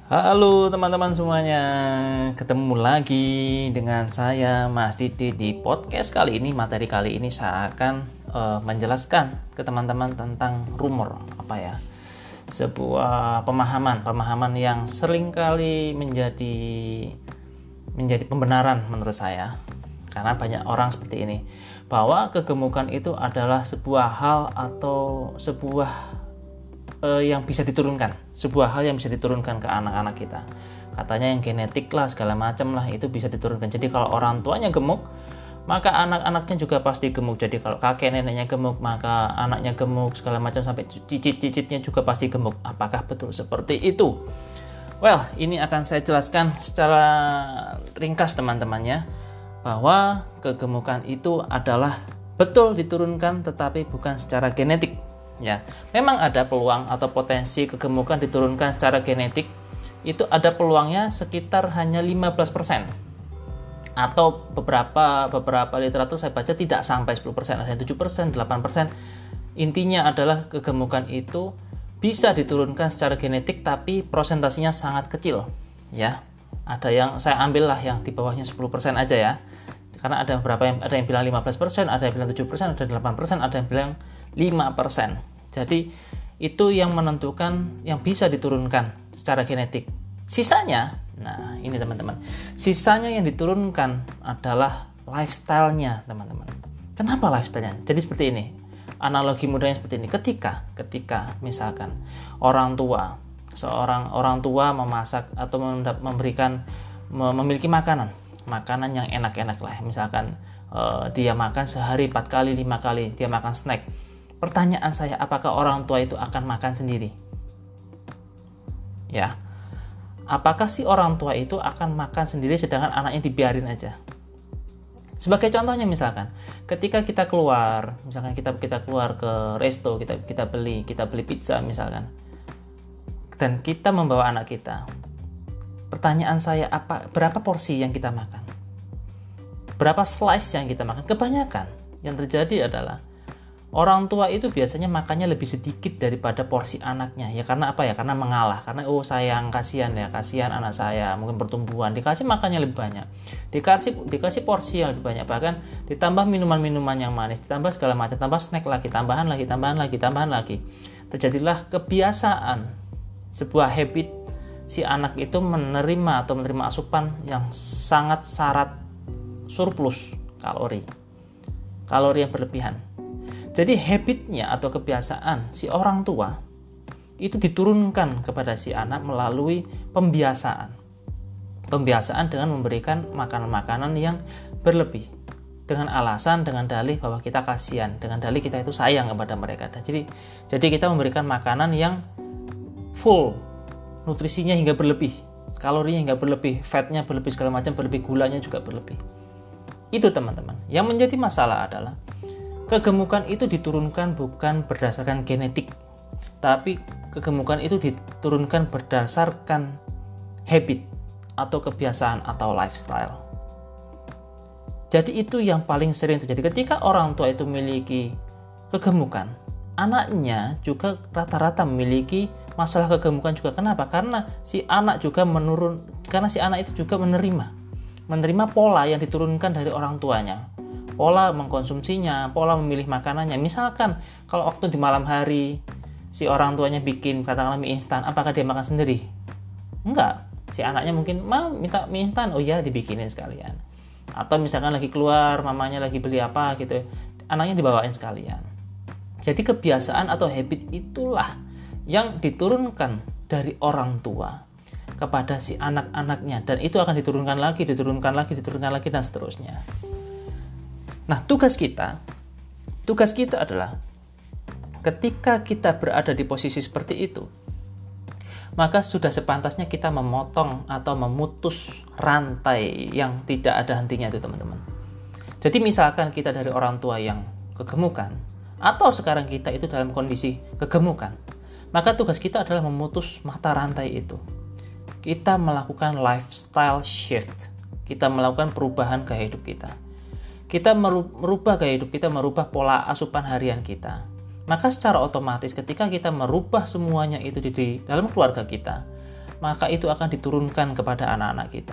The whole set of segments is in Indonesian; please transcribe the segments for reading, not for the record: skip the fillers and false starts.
Halo teman-teman semuanya, ketemu lagi dengan saya Mas Didi di podcast kali ini. Materi kali ini saya akan menjelaskan ke teman-teman tentang rumor, sebuah pemahaman yang seringkali menjadi pembenaran menurut saya. Karena banyak orang seperti ini, bahwa kegemukan itu adalah sebuah hal atau sebuah yang bisa diturunkan, sebuah hal yang bisa diturunkan ke anak-anak kita. Katanya yang genetik lah, segala macam lah, itu bisa diturunkan. Jadi kalau orang tuanya gemuk, maka anak-anaknya juga pasti gemuk. Jadi kalau kakek neneknya gemuk, maka anaknya gemuk, segala macam, sampai cicit-cicitnya juga pasti gemuk. Apakah betul seperti itu? Well, ini akan saya jelaskan secara ringkas teman-temannya, bahwa kegemukan itu adalah betul diturunkan, tetapi bukan secara genetik. Ya, memang ada peluang atau potensi kegemukan diturunkan secara genetik. Itu ada peluangnya sekitar hanya 15%. Atau beberapa literatur saya baca tidak sampai 10%, ada 7%, 8%. Intinya adalah kegemukan itu bisa diturunkan secara genetik, tapi prosentasinya sangat kecil. Ya, ada yang saya ambil lah yang di bawahnya 10% aja ya. Karena ada yang bilang 15%, ada yang bilang 7%, ada 8%, ada yang bilang 5%. Jadi itu yang menentukan yang bisa diturunkan secara genetik. Sisanya, nah ini teman-teman, sisanya yang diturunkan adalah lifestyle-nya teman-teman. Kenapa lifestyle-nya? Jadi seperti ini, analogi mudahnya seperti ini. Ketika misalkan seorang orang tua memasak atau memiliki makanan yang enak-enak lah. Misalkan dia makan sehari 4 kali, 5 kali, dia makan snack. Pertanyaan saya, apakah orang tua itu akan makan sendiri? Ya, apakah si orang tua itu akan makan sendiri sedangkan anaknya dibiarin aja? Sebagai contohnya misalkan, ketika kita keluar, misalkan kita keluar ke resto, kita beli pizza misalkan, dan kita membawa anak kita. Pertanyaan saya, berapa porsi yang kita makan? Berapa slice yang kita makan? Kebanyakan yang terjadi adalah orang tua itu biasanya makannya lebih sedikit daripada porsi anaknya. Ya karena apa ya? Karena mengalah. Karena sayang, kasihan anak saya, mungkin pertumbuhan, dikasih makannya lebih banyak. Dikasih porsi yang lebih banyak, bahkan ditambah minuman-minuman yang manis, ditambah segala macam, tambah snack lagi, tambahan lagi. Terjadilah kebiasaan, sebuah habit si anak itu menerima asupan yang sangat syarat surplus kalori yang berlebihan. Jadi habitnya atau kebiasaan si orang tua itu diturunkan kepada si anak melalui pembiasaan dengan memberikan makanan-makanan yang berlebih, dengan alasan, dengan dalih bahwa kita kasihan, dengan dalih kita itu sayang kepada mereka. Jadi kita memberikan makanan yang full, nutrisinya hingga berlebih, kalorinya hingga berlebih, fatnya berlebih, segala macam berlebih, gulanya juga berlebih. Itu teman-teman. Yang menjadi masalah adalah kegemukan itu diturunkan bukan berdasarkan genetik, tapi kegemukan itu diturunkan berdasarkan habit atau kebiasaan atau lifestyle. Jadi itu yang paling sering terjadi. Ketika orang tua itu memiliki kegemukan, anaknya juga rata-rata memiliki masalah kegemukan juga. Kenapa? Karena si anak itu juga menerima pola yang diturunkan dari orang tuanya. Pola mengkonsumsinya, pola memilih makanannya. Misalkan kalau waktu di malam hari si orang tuanya bikin katakanlah mie instan, apakah dia makan sendiri? Enggak. Si anaknya mungkin minta mie instan, oh iya dibikinin sekalian. Atau misalkan lagi keluar, mamanya lagi beli apa gitu, anaknya dibawain sekalian. Jadi kebiasaan atau habit itulah yang diturunkan dari orang tua kepada si anak-anaknya, dan itu akan diturunkan lagi dan seterusnya. Nah, tugas kita adalah ketika kita berada di posisi seperti itu, maka sudah sepantasnya kita memotong atau memutus rantai yang tidak ada hentinya itu teman-teman. Jadi misalkan kita dari orang tua yang kegemukan, atau sekarang kita itu dalam kondisi kegemukan, maka tugas kita adalah memutus mata rantai itu. Kita melakukan lifestyle shift, kita melakukan perubahan gaya hidup kita. Kita merubah gaya hidup kita, merubah pola asupan harian kita. Maka secara otomatis ketika kita merubah semuanya itu di dalam keluarga kita, maka itu akan diturunkan kepada anak-anak kita.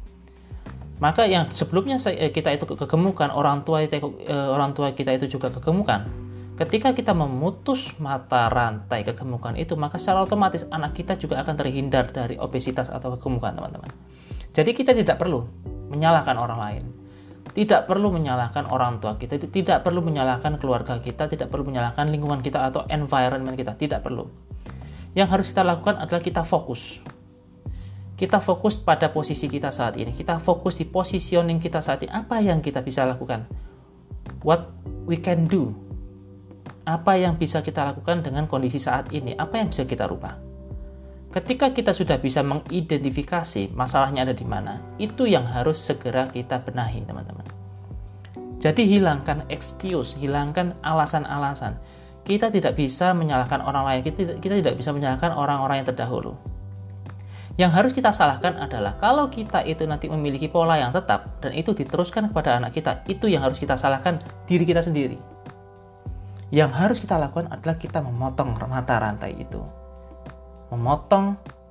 Maka yang sebelumnya kita itu kegemukan, orang tua kita itu juga kegemukan. Ketika kita memutus mata rantai kegemukan itu, maka secara otomatis anak kita juga akan terhindar dari obesitas atau kegemukan, teman-teman. Jadi kita tidak perlu menyalahkan orang lain. Tidak perlu menyalahkan orang tua kita, tidak perlu menyalahkan keluarga kita, tidak perlu menyalahkan lingkungan kita atau environment kita, tidak perlu. Yang harus kita lakukan adalah kita fokus. Kita fokus pada posisi kita saat ini. Kita fokus di positioning kita saat ini. Apa yang kita bisa lakukan? What we can do. Apa yang bisa kita lakukan dengan kondisi saat ini? Apa yang bisa kita rubah? Ketika kita sudah bisa mengidentifikasi masalahnya ada di mana, itu yang harus segera kita benahi, teman-teman. Jadi hilangkan excuse, hilangkan alasan-alasan. Kita tidak bisa menyalahkan orang lain, kita tidak bisa menyalahkan orang-orang yang terdahulu. Yang harus kita salahkan adalah kalau kita itu nanti memiliki pola yang tetap dan itu diteruskan kepada anak kita, itu yang harus kita salahkan diri kita sendiri. Yang harus kita lakukan adalah kita memotong mata rantai itu. Memotong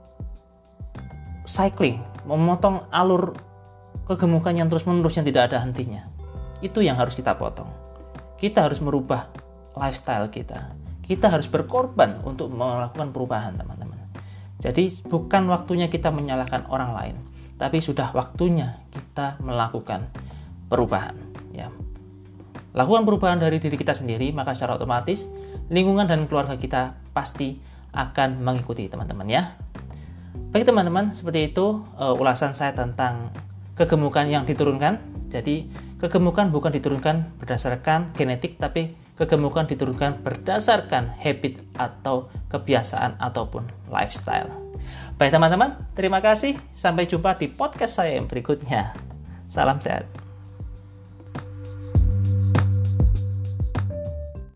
cycling, memotong alur kegemukan yang terus-menerus yang tidak ada hentinya. Itu yang harus kita potong. Kita harus merubah lifestyle kita. Kita harus berkorban untuk melakukan perubahan, teman-teman. Jadi bukan waktunya kita menyalahkan orang lain, tapi sudah waktunya kita melakukan perubahan, ya. Lakukan perubahan dari diri kita sendiri, maka secara otomatis lingkungan dan keluarga kita pasti akan mengikuti, teman-teman, ya. Baik, teman-teman, seperti itu ulasan saya tentang kegemukan yang diturunkan. Jadi kegemukan bukan diturunkan berdasarkan genetik, tapi kegemukan diturunkan berdasarkan habit atau kebiasaan ataupun lifestyle. Baik, teman-teman, terima kasih. Sampai jumpa di podcast saya yang berikutnya. Salam sehat.